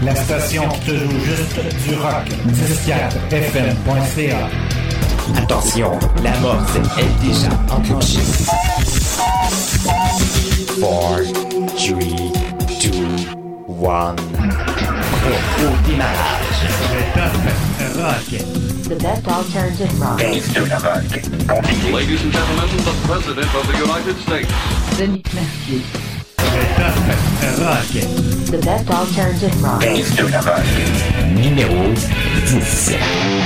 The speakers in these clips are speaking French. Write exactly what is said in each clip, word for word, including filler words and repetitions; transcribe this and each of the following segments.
La station qui te joue juste du rock. dix quatre F M point C A. Attention, la morse est déjà enclenchée. four, three, two, one. Au démarrage. Le top rock. The best alternative rock. Dance to the rock. Continue. Ladies and gentlemen, the President of the United States. Denis Mercier. Le top rock. The best alternative rock. Dance to the rock. Numéro dix.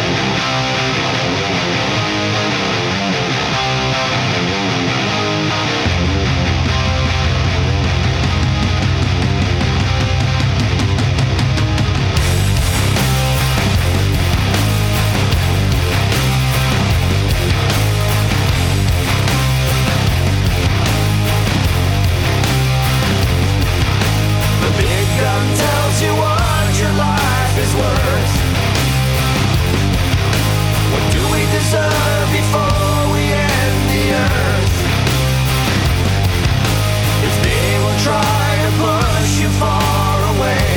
Tells you what your life is worth. What do we deserve before we end the earth? If they will try to push you far away,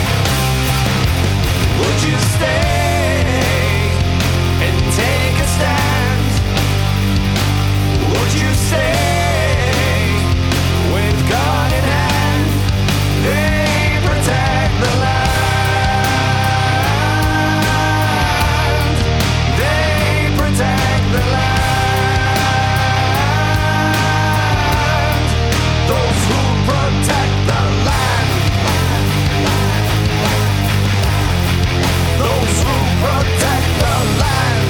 would you stay and take a stand? Would you stay with God in hand? They protect the land. They protect the land. Those who protect the land. Those who protect the land.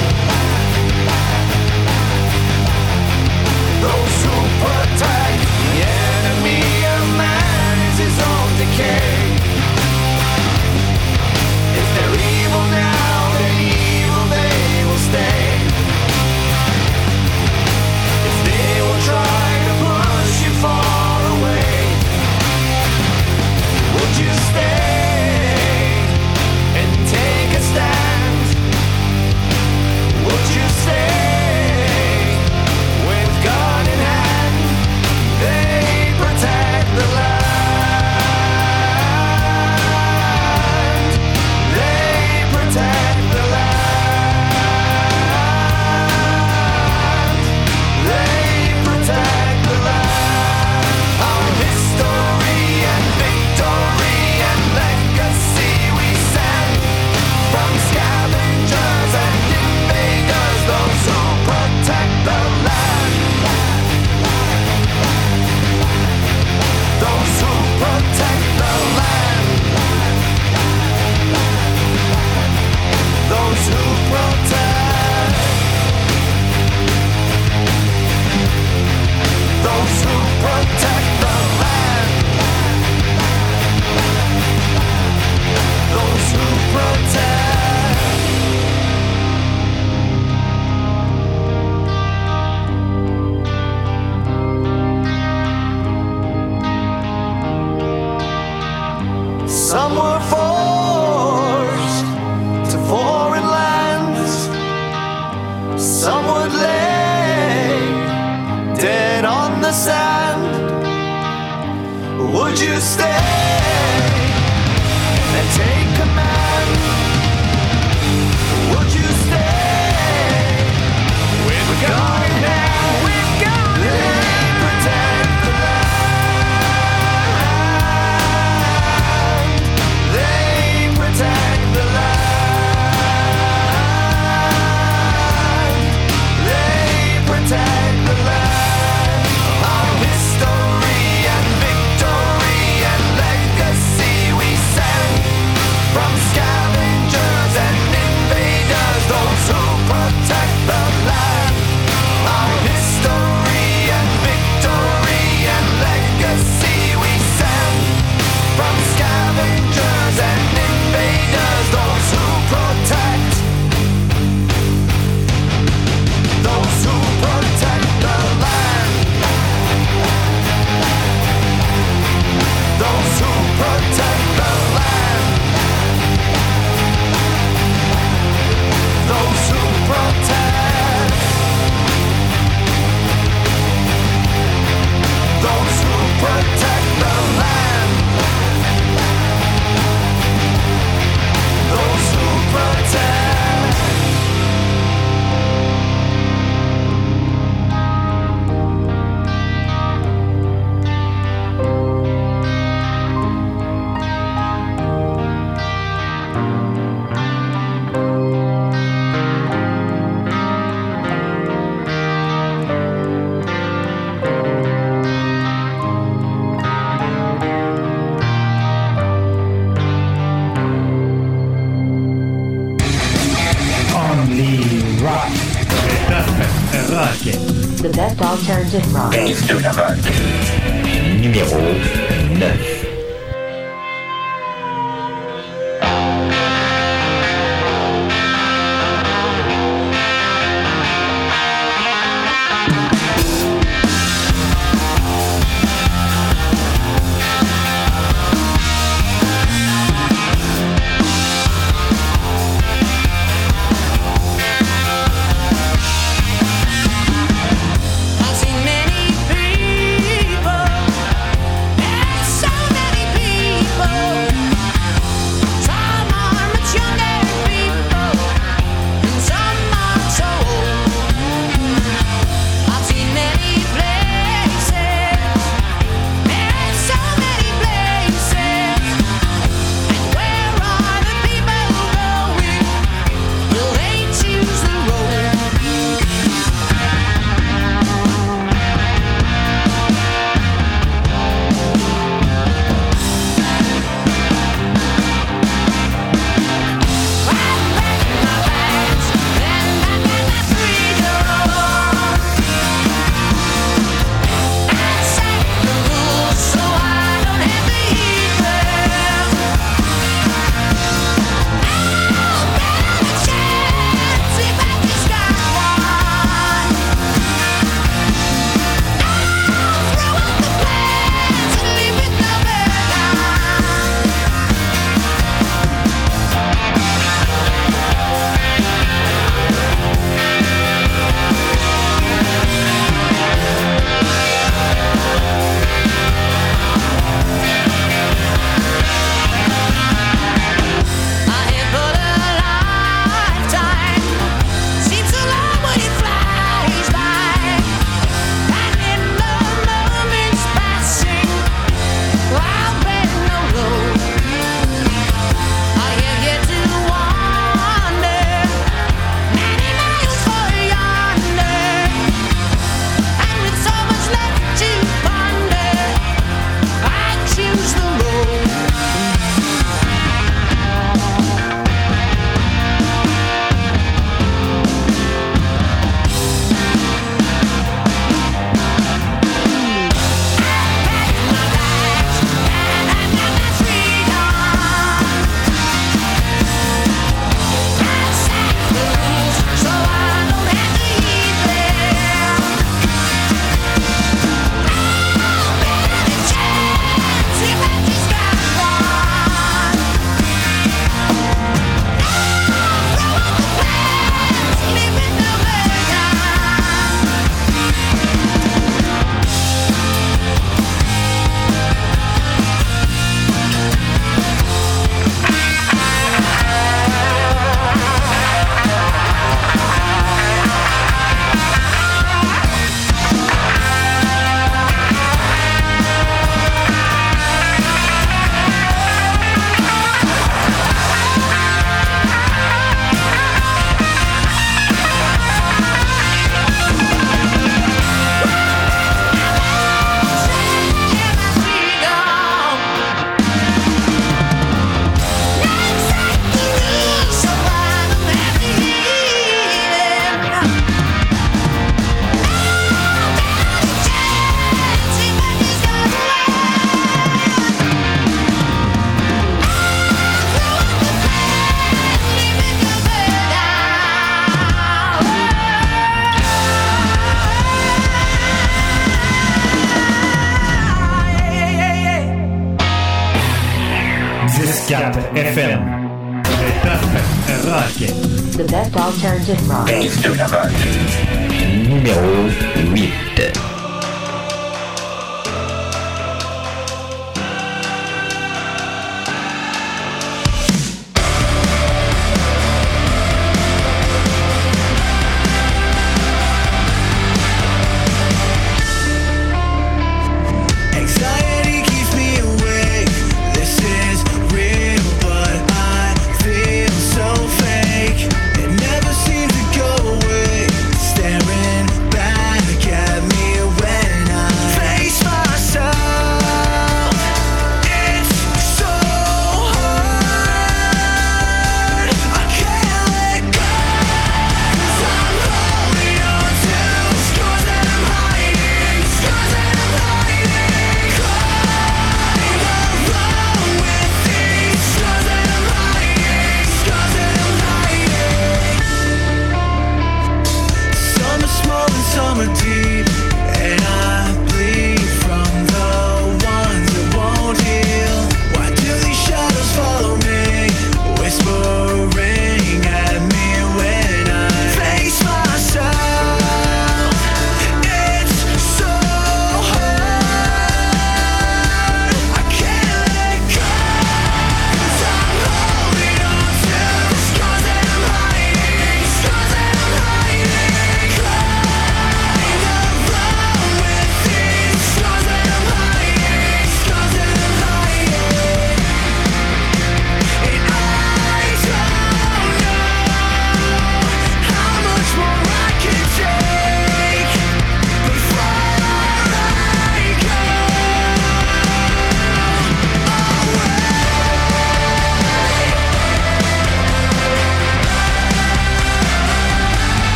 Those who protect the enemy of man is his own decay. If they're evil now, then evil they will stay. If they will try to push you far away, would you stay and take a stand? Would you stay with God in hand? They protect the land. They protect the land. They protect the land. Our history and victory and legacy we send from scavengers and invaders, those who protect the land. Those who protect the land. Those who protect. Those who protect the land. Those who protect. Some were forced to foreign lands. Some would lay dead on the sand. Would you stay and take command? Would you stay with God in hand? With God in hand. Protect the land. They protect the land. They protect the land. Our history and victory and legacy we send from scavengers and invaders, those who protect the land. Our history and victory and legacy we send from scavengers and invaders, those who protect. Those who protect the land. Those who protect the land. Those who protect. Those who protect the land. Alternative Rock. Base de la rock. Numéro neuf. I've seen many people, and so quatre F M. Le top rock. The best alternative rock. Base de la rock. Numéro huit. Never seems to go away, staring back at me.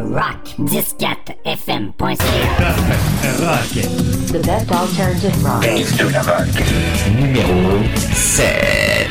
rock. dix quatre F M point C A. Top rock. The best alternative rock. Numéro sept.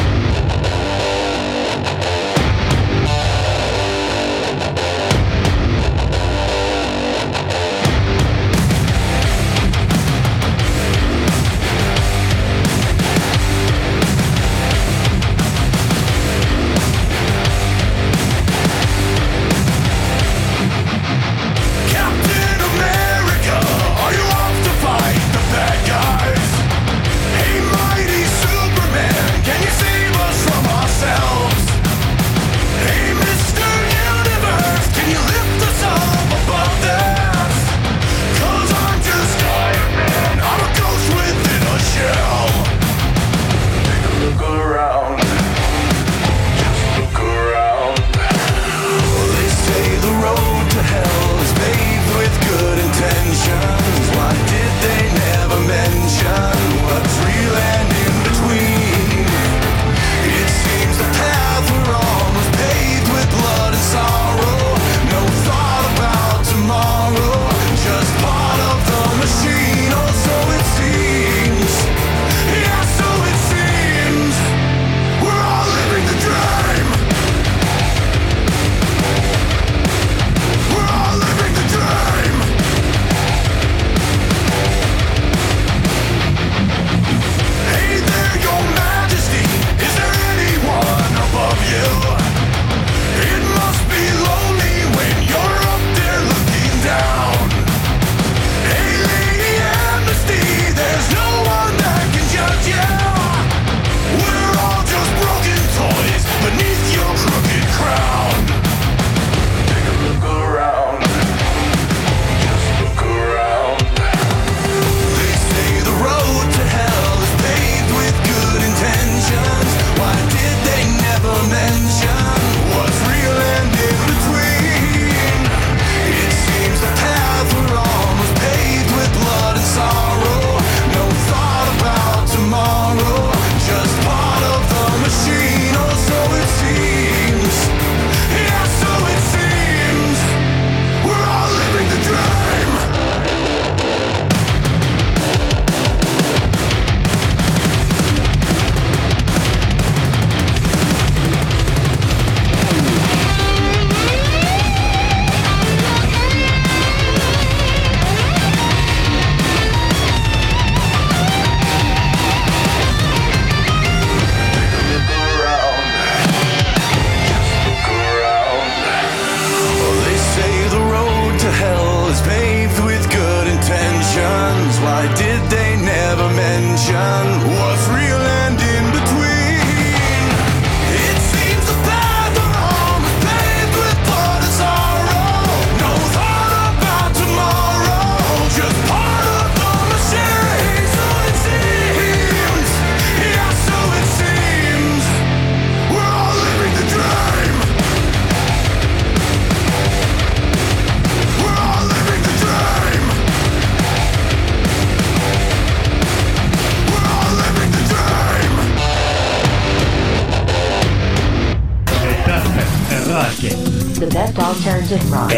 The best alternative rock.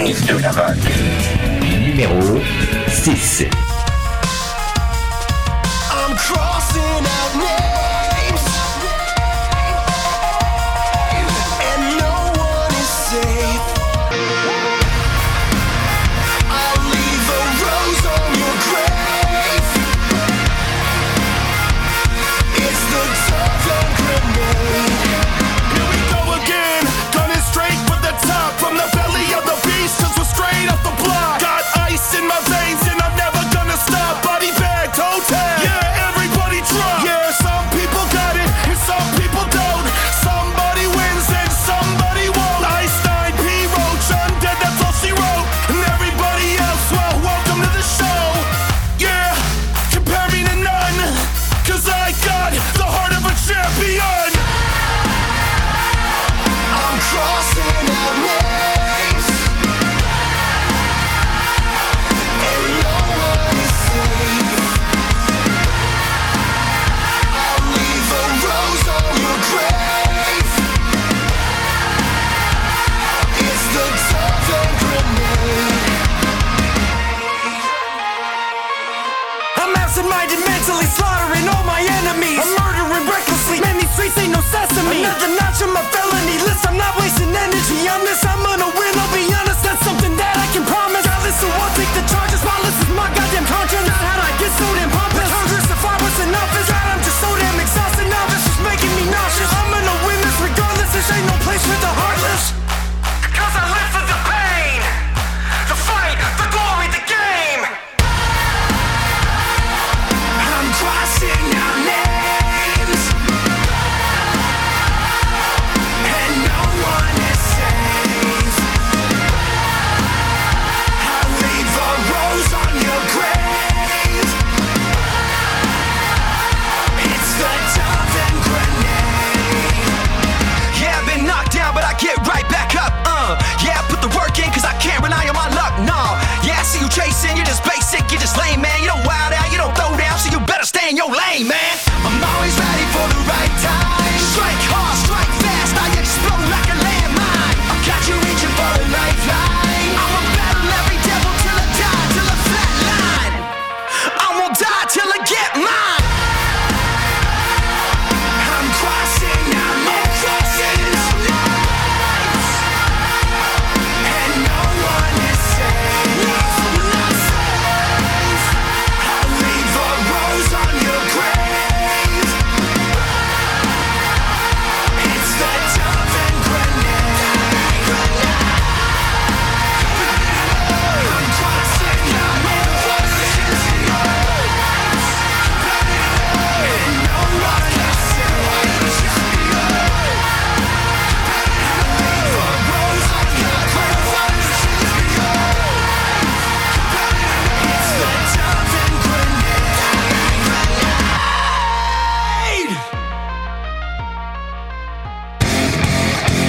Numéro six. I'm crossing out names, and no one is safe. I'll leave a rose on your grave. It's the Teflon grenade. Here we go again, gunning straight for the top, from the belly of the beast, 'cause we're straight off the block. Got ice in my veins and I'm never gonna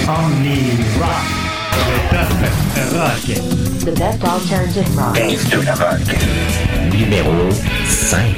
Only rock. Le top rock. The best alternative rock. De la rock. Numéro cinq.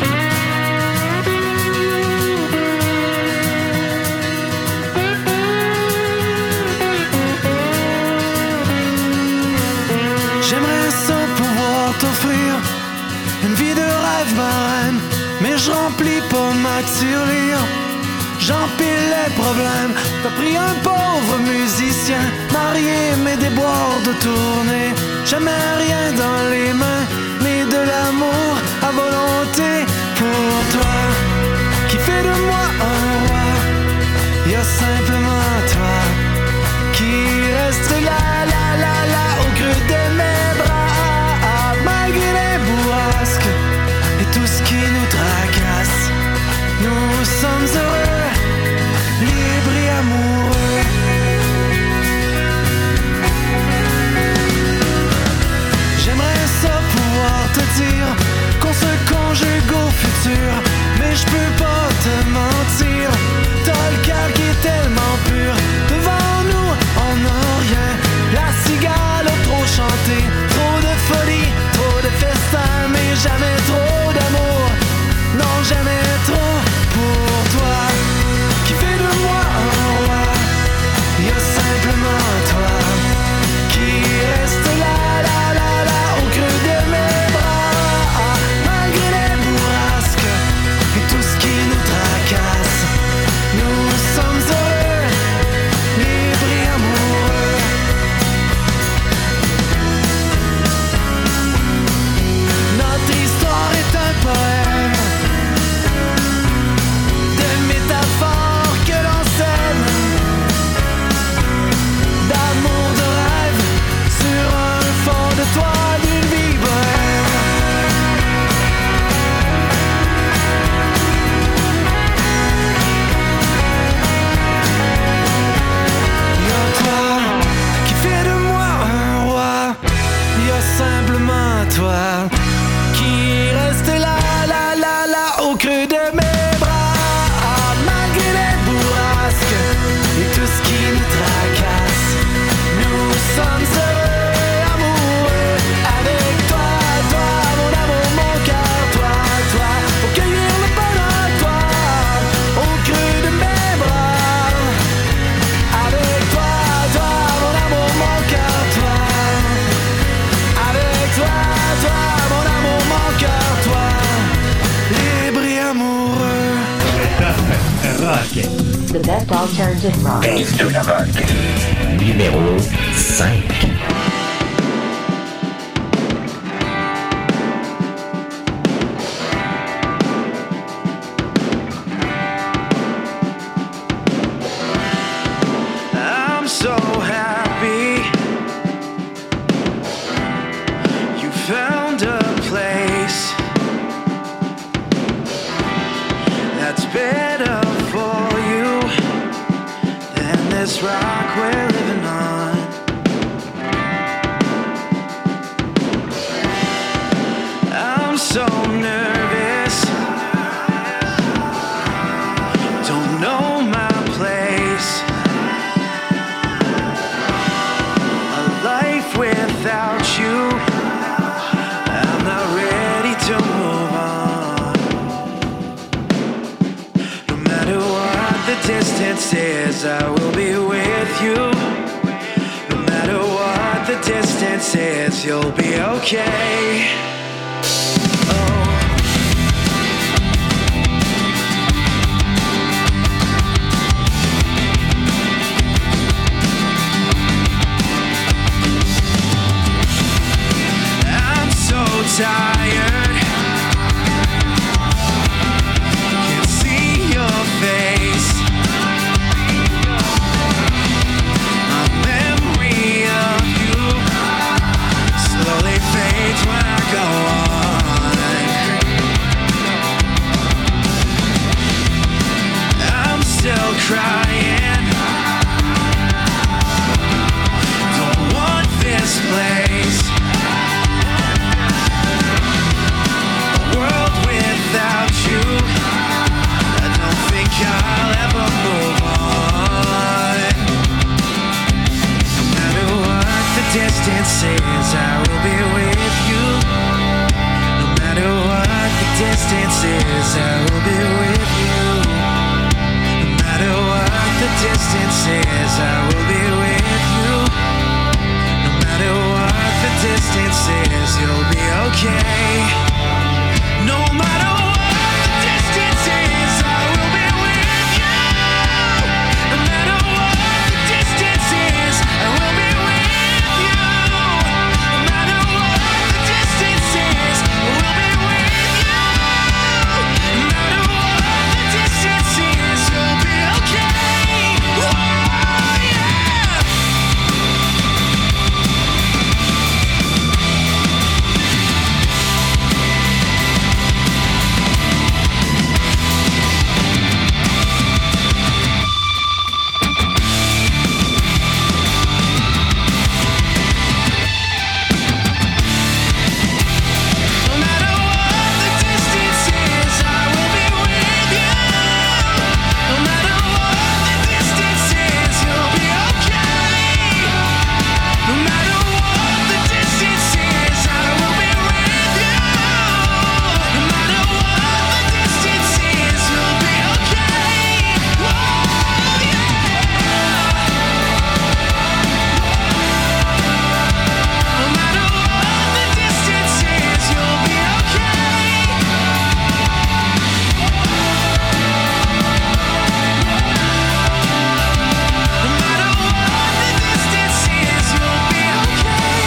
J'aimerais ça pouvoir t'offrir une vie de rêve marraine, mais je remplis pas ma tirelire, j'empile les problèmes. T'as pris un pauvre musicien, marié mais des boires de tournée, jamais rien dans les mains, mais de l'amour à volonté pour toi, qui fait de moi un roi. Y'a simplement toi qui reste là, là, là, là, au creux de mes bras, malgré les bourrasques et tout ce qui nous tracasse. Nous sommes heureux, libres et amoureux. J'aimerais ça pouvoir te dire qu'on se conjugue au futur, mais je peux pas te mentir. T'as le cœur qui est tellement pur. Devant nous, on n'a rien. La cigale a trop chanté. Trop de folie, trop de festins, mais jamais trop d'amour. Non, jamais trop pour toi, qui fait de moi un roi. Y'a simplement toi qui reste là, là, là, là, au creux de mes bras, malgré les bourrasques et tout ce qui nous tracasse. Nous sommes heureux, libres et amoureux. Notre histoire est un poème de métaphores que l'on sème, d'amour, de rêve, sur un fond de toile d'une vie bohème. Y'a toi qui fait de moi un roi. Y'a simplement toi qui reste là, là, là, là, au creux de mes bras, malgré les bourrasques et tout ce qui nous tracasse. Nous sommes heureux, amoureux, avec toi, toi, mon amour, mon cœur, toi, toi, pour cueillir le bonheur, toi, au creux de mes bras. Avec toi, toi, mon amour, mon cœur, toi. Avec toi, toi, mon amour, mon cœur, toi. Libre et amoureux. Le top rock. The best alternative rock. De la rock. Numéro cinq. I'm so happy you found a place that's better for you than this rock we're living on. I'm so nervous, don't know my place. A life without you, I'm not ready to move on. No matter what the distance is, I will be with you. No matter what the distance is, you'll be okay. Oh. I'm so tired, can't see your face. My memory of you slowly fades when I go is, you'll be okay. No matter what the distance is, I will be with you. No matter what the distance is, I will be with you. No matter what the distance is, I will be with you. No matter what the distance is, you'll be okay. Whoa, yeah. No matter what the distance is, I will be with you. No matter what the distance is, you'll be okay. No matter what the distance is, I will be with you. No matter what the distance is, you'll be okay. Whoa, yeah. No matter what the distance is, you'll be okay. No matter what the distance is, you'll be okay.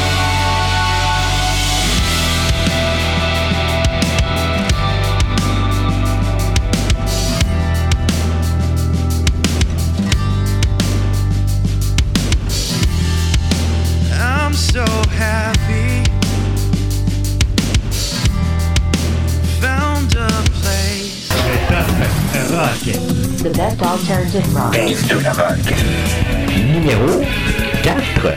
I'm so happy. Found a place. Le top rock. The best alternative rock. Base de la rock. Numéro quatre.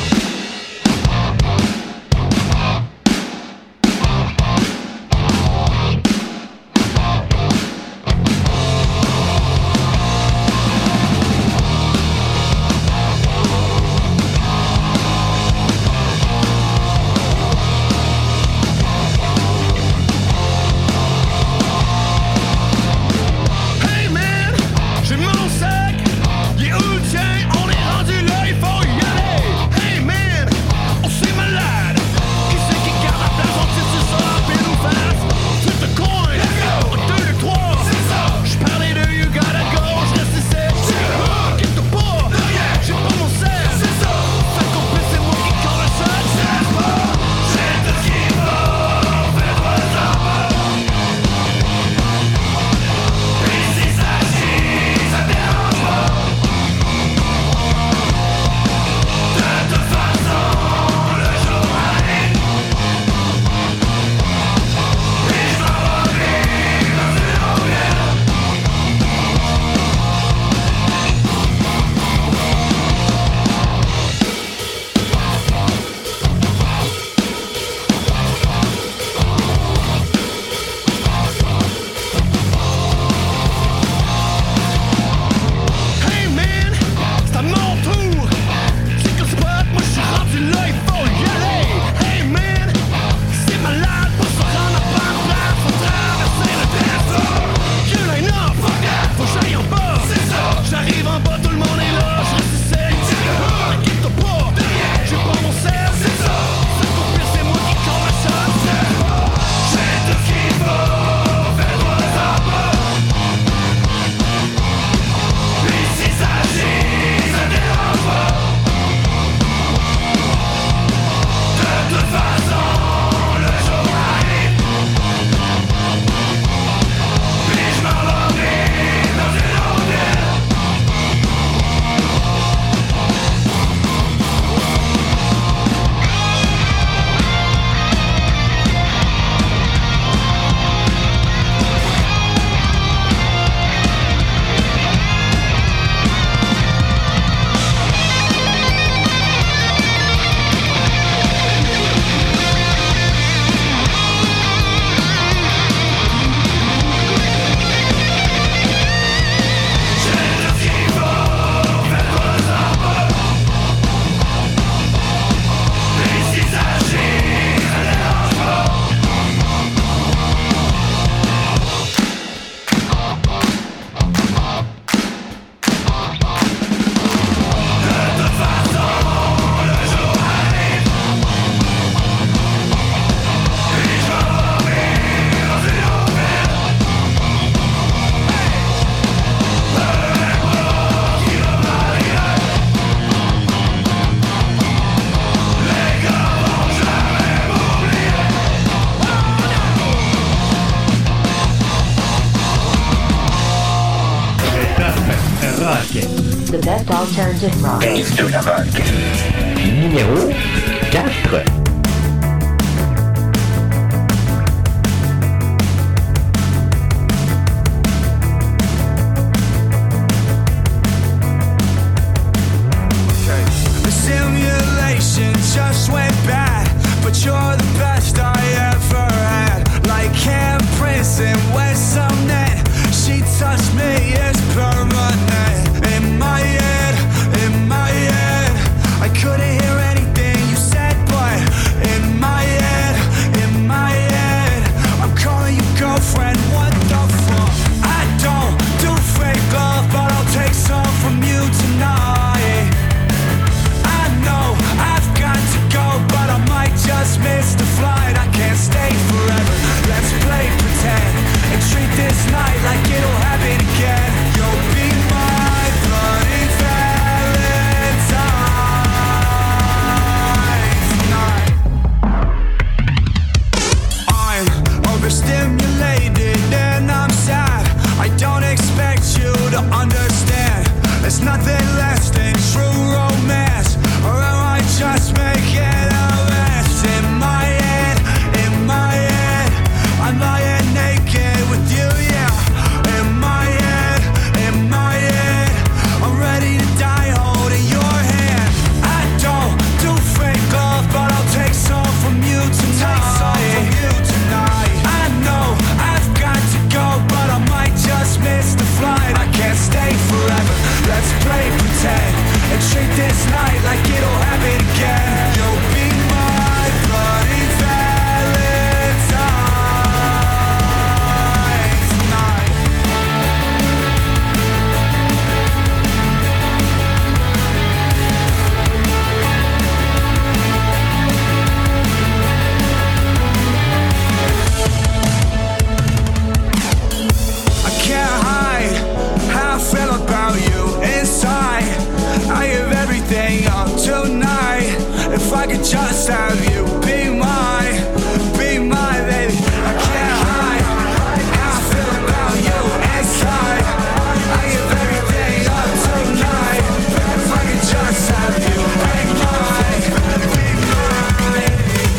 Hey man, j'ai mon sac. Il est où le tien? On est rendu là, il faut y aller. The best alternative rock. Dave de la Rock. Numéro quatre. Just went bad, but you're the best I ever had. Like handprints in West Net, she touched me, it's permanent. In my head, in my head, I couldn't hear anything you said, but in my head, in my head, I'm calling you girlfriend, what the fuck? I don't do fake love, but I'll take some from you tonight. I know I've got to go, but I might just miss the flight. I can't stay forever. Let's play pretend and treat this night like it'll happen again. You'll be my bloody Valentine tonight. I'm overstimulated and I'm sad. I don't expect you to understand. There's nothing less than true romance, or am I just making a mess? In my head, in my head, I'm lying naked with you, yeah. In my head, in my head, I'm ready to die holding your hand. I don't do fake love, but I'll take some from you tonight. Take some from you tonight. I know I've got to go, but I might just miss the flight. I can't stay forever. Let's play pretend and treat this night like it'll happen again. You'll be my bloody Valentine tonight. I can't hide how I feel about you inside. I give everything up tonight. If I could just have you be mine, be mine, baby. I can't hide how I feel about you inside. I give everything up tonight. If I could just have you be mine, be mine.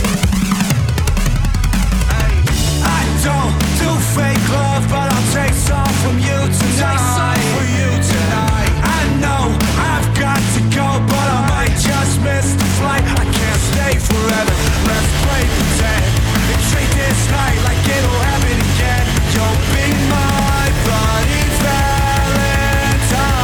Hey, I don't do fake love, but I'll take some from you tonight. For you tonight. I know I've got to go, but I might just miss the flight. I can't stay forever. Let's play pretend and treat this night like it'll happen again. You'll be my bloody Valentine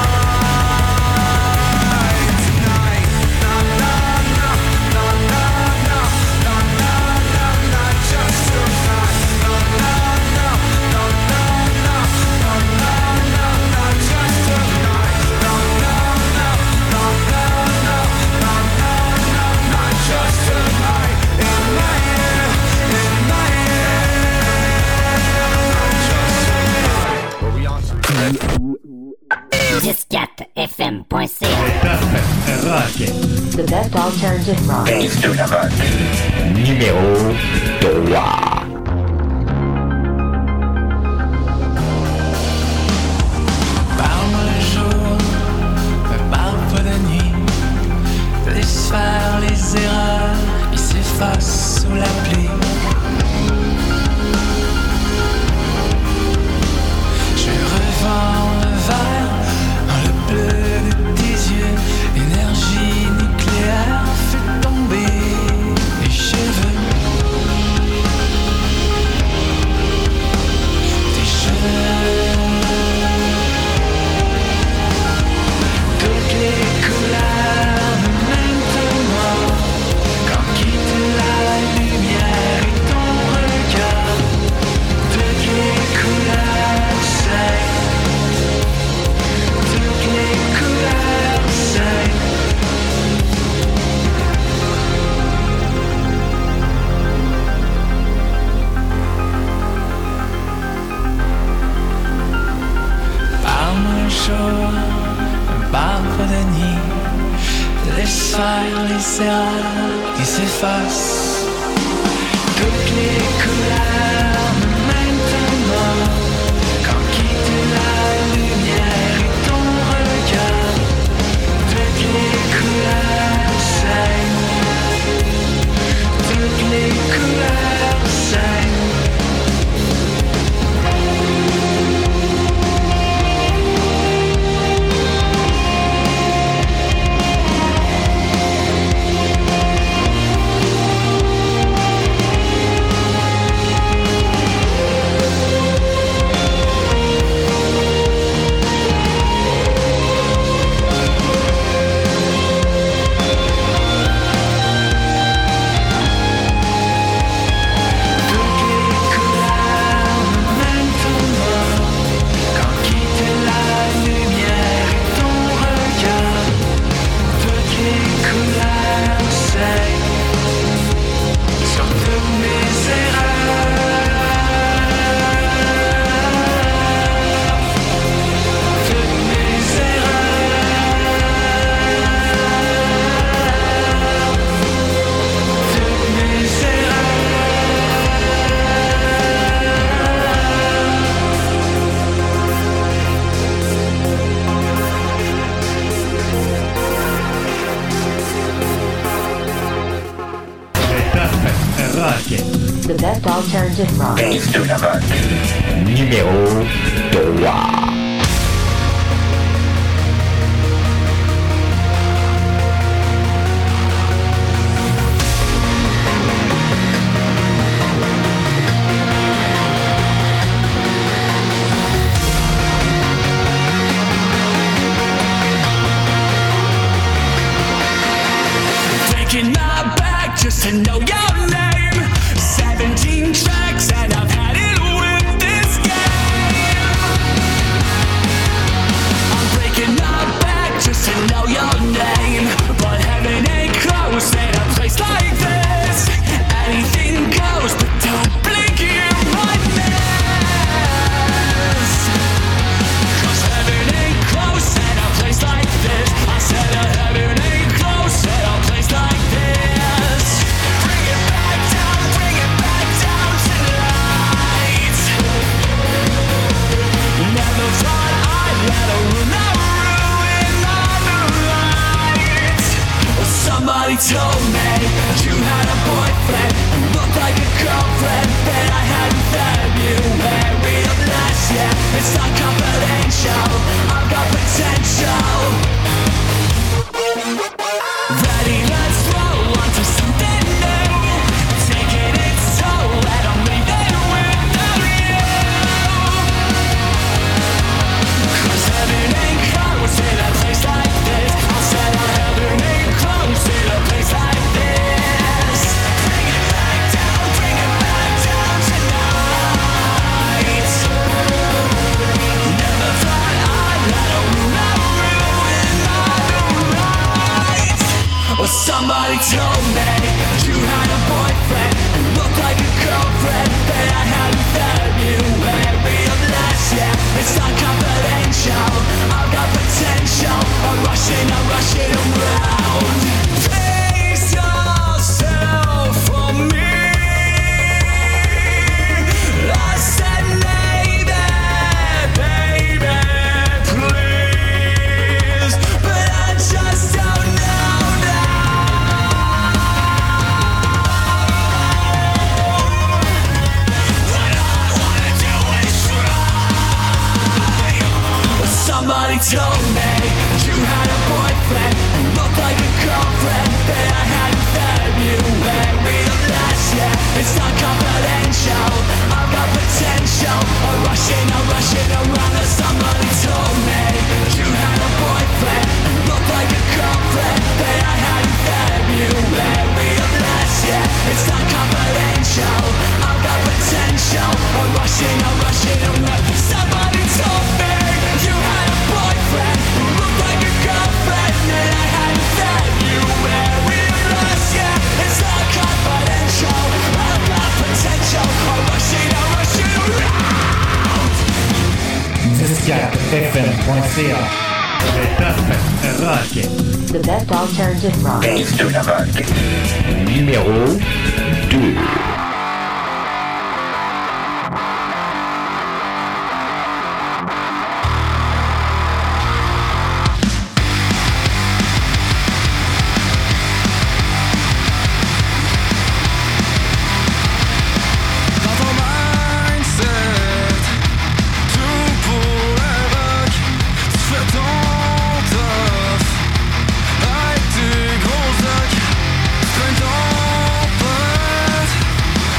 tonight. Na na na na na na na na na na just tonight. Na na na na na na na na na na just tonight. Na na na na na na na na na na just tonight. In my head, in my head, just tonight. Were we on dix-quatre F M point C A. Top rock. The best alternative rock. Dave de la Rock. Numéro trois. Parle-moi le jour, me parle pas de nuit. Laisse faire les erreurs qui s'effacent sous la pluie. Je revends le verre dans le bleu de tes yeux. L'énergie nucléaire fait tomber les cheveux. Tes cheveux. Toutes les couleurs de maintenant, quand quitte la lumière et ton regard. Toutes les couleurs saignent, toutes les couleurs saignent. Parle-moi le jour, me parle pas de nuit. Laisse faire les erreurs qui s'effacent. Toutes les couleurs de maintenant, quand quitte la lumière et ton regard. best alternative rock. Numéro trois. Taking my back just to know your name. Seventeen tracks and I've had it with this game. I'm breaking my back just to know your name. But heaven ain't close in a place like this. Anything goes, but don't blink, you might miss. Cause heaven ain't close in a place like this. I said a heaven ain't close in a place like this. Bring it back down, bring it back down tonight. Never thought I'd let a rumor ruin my moonlight. Somebody told me you had a boyfriend who looked like a girlfriend that I hadn't February of last year. It's not confidential, I've got potential. Ready, let's roll on to something new. Taking it slow and I'm leaving without you. Cause heaven ain't close in a place like this. I said heaven ain't close in a place like this. Bring it back down, bring it back down tonight. Never thought I'd let a rumor ruin my moonlight. Well, somebody told me you had a boyfriend who looked like a girlfriend that I had in February of last year. It's not confidential, I've got potential. I'm rushing, I'm rushing around. Face yourself from me. I said maybe, baby, please. But I just don't know now. What I wanna do is try. Somebody told me you had a boyfriend who looked like a girlfriend that I had in February of last year. It's not confidential, I've got potential. I'm rushing, I'm rushing around. And somebody told me you had a boyfriend who looked like a girlfriend that I had in February of last year. It's not confidential, I've got potential. I'm rushing, I'm rushing around. Somebody told me you had a boyfriend who looked like a girlfriend that I had in February of last year. It's not confidential, I've got potential. I'm rushing, I'm rushing around. dix-quatre F M point C A. Le top rock. The best alternative rock. Numéro deux. Dans ton mindset, tout pour le rock. Tu fais ton tough avec tes gros sacs. Tu traînes ton pote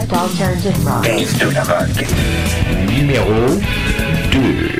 best alternative rock. Base de la rock. Numéro deux.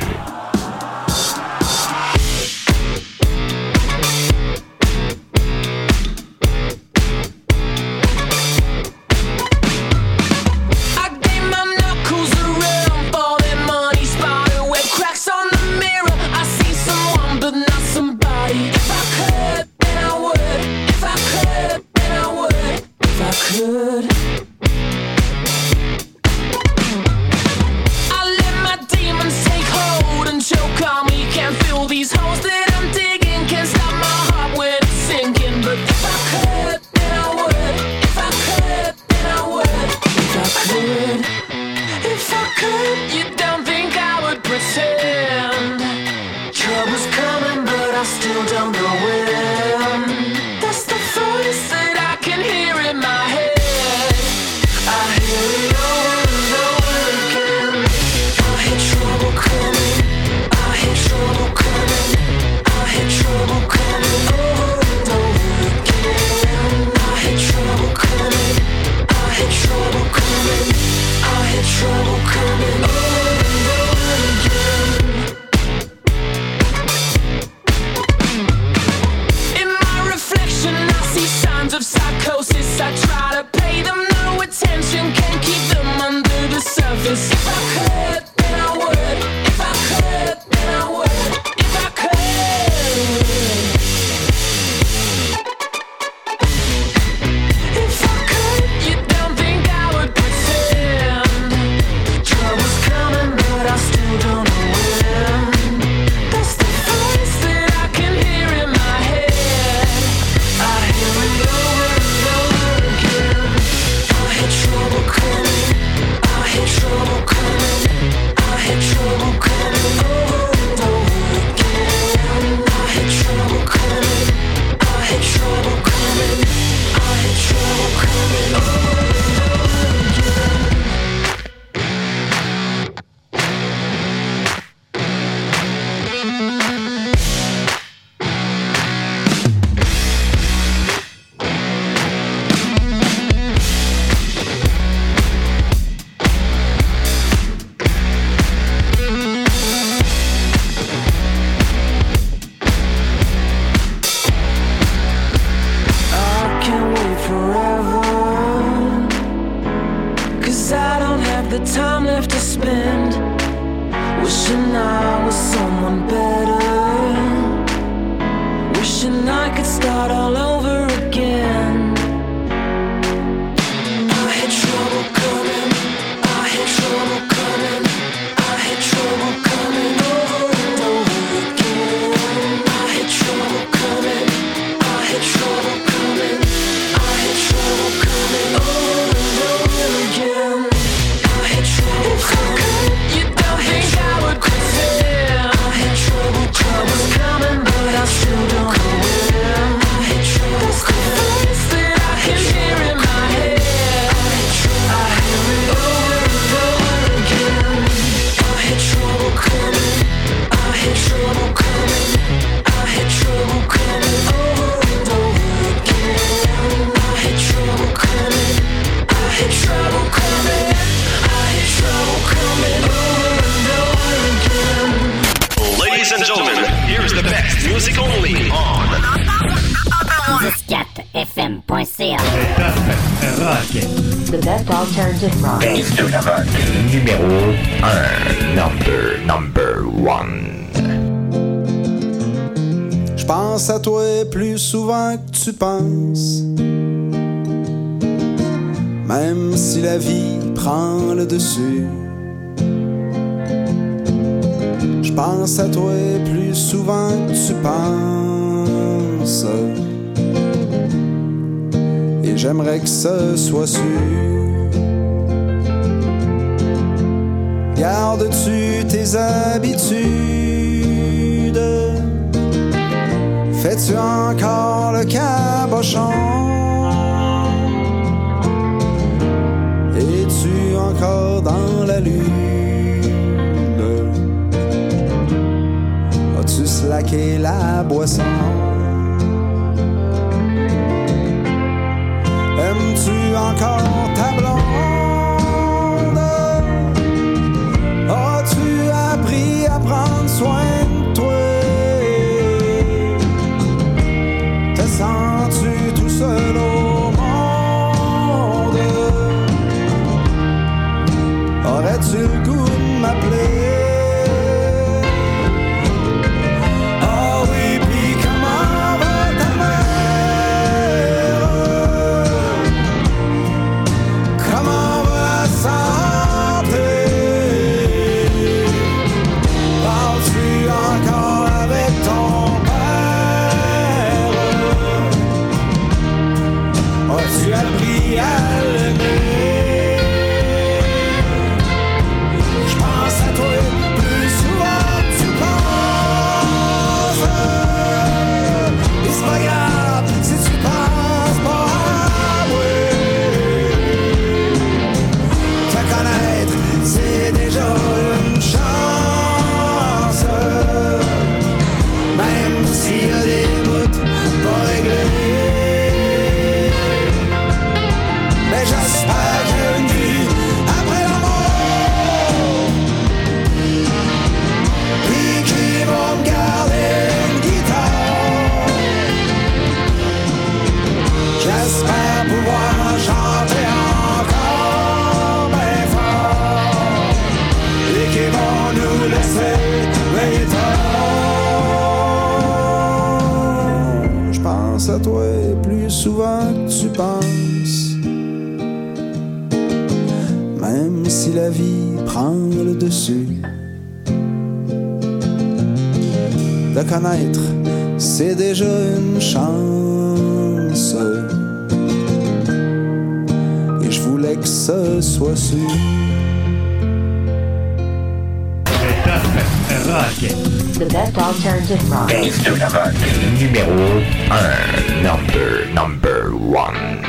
The best alternative rock. Base de la rock. Numéro un. Number, number one. Je pense à toi plus souvent que tu penses. Même si la vie prend le dessus. Je pense à toi plus souvent que tu penses. Et j'aimerais que ce soit sûr. Gardes-tu tes habitudes? Fais-tu encore le cabochon? Es-tu encore dans la lune? As-tu slacké la boisson? Aimes-tu encore ta blonde? pense à toi plus souvent que tu penses. Même si la vie prend le dessus. De connaître, c'est déjà une chance. Et je voulais que ce soit sûr. Le top rock. The best alternative rock. Numéro un. Number, number one.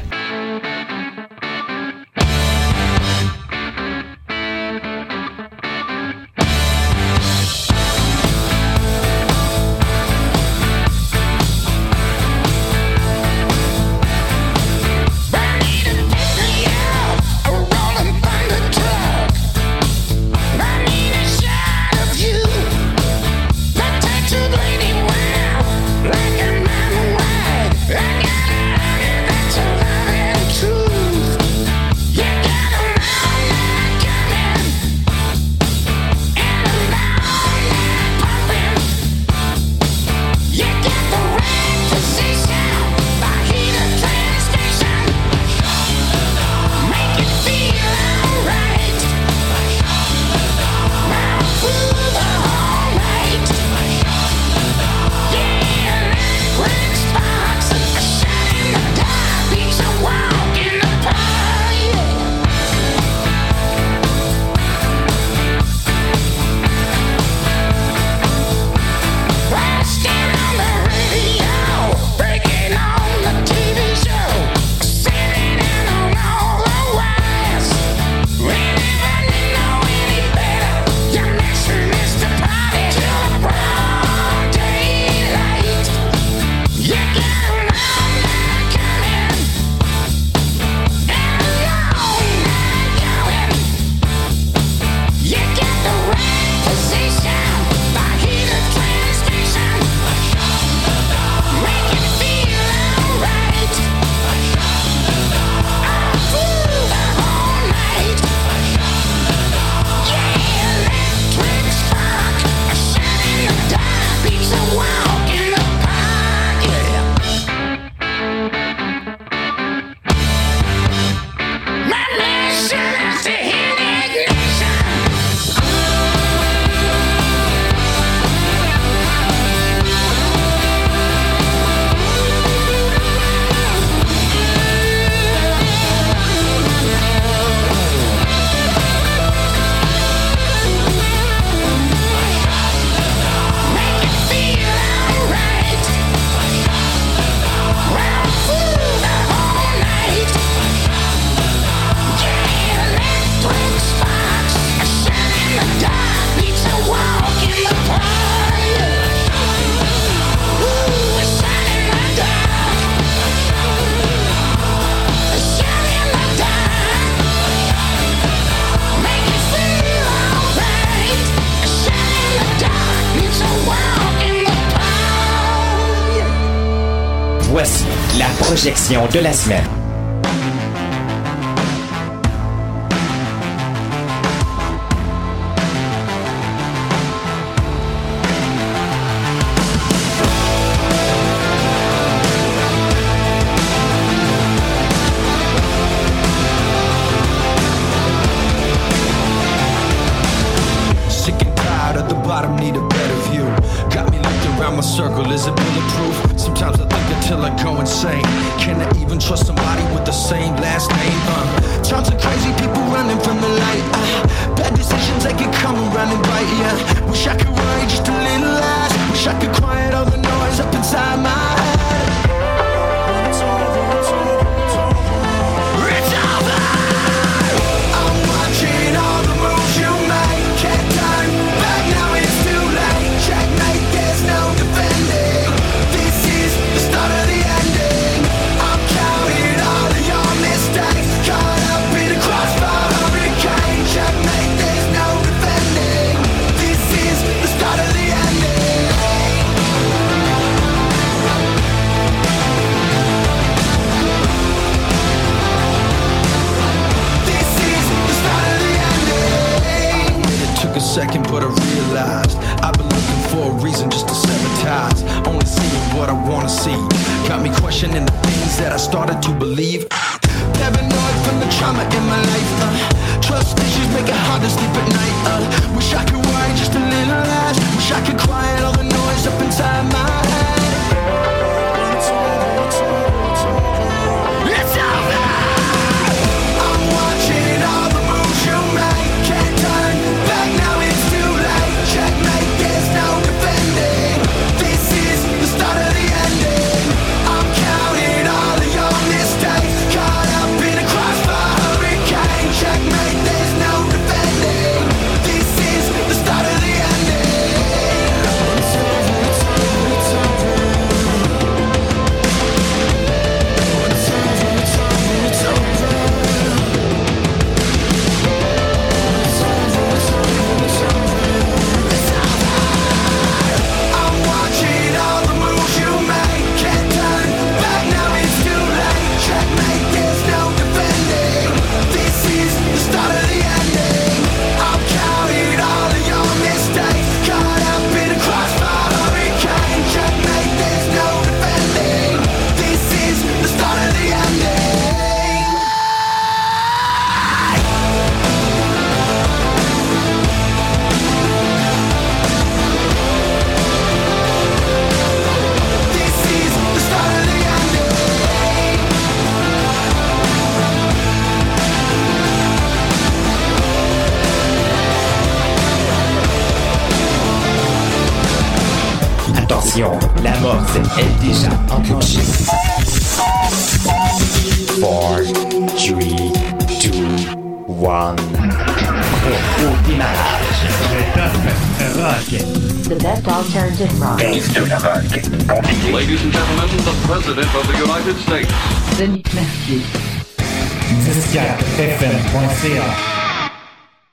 Voici la projection de la semaine. Sick and tired at the bottom, need a better view. Got me looked around my circle, is it bulletproof? Sometimes I think until I go insane. Can I even trust somebody with the same last name? Uh, times are crazy, people running from the light. Uh, bad decisions, they can come around and bite ya. Wish I could worry just a little less. Wish I could quiet all the noise up inside my head. It's over, it's over, it's over. It's over! I'm watching all the moves you make. Can't turn back, now it's too late. Checkmate, there's no defending. This is the start of the ending. I'm counting all of your mistakes. Caught up in a crossfire hurricane. Checkmate, there's no defending. This is the start of the ending. seeing what I wanna see. Got me questioning the things that I started to believe. Paranoid from the trauma in my life. Uh, trust issues make it hard to sleep at night. Uh, wish I could worry just a little less. Wish I could quiet all the noise up inside my head. It's over. I'm watching all the moves you make. Can't turn back now, it's too late. Checkmate, there's no defending. This is the start of the ending. I'm counting all of your mistakes. Caught up in a crossfire hurricane. Checkmate, there's no defending. This is the start of the ending. It's over, it's over, it's over. It's over, it's over, it's over. It's over, it's over, it's over. It's over. I'm watching all the moves you make. Can't turn back now, it's too late. Checkmate, there's no defending. This is the start of the ending. I'm counting all of your mistakes. Caught up in a crossfire hurricane. Checkmate, there's no defending. This is the start of the ending. This is the start of the ending. Attention, la mort est déjà enclenchée. four, three, two, one. Au démarrage. Le top rock. The best alternative rock. Ladies and gentlemen, the President of the United States. Denis Mercier. dix-quatre F M point C A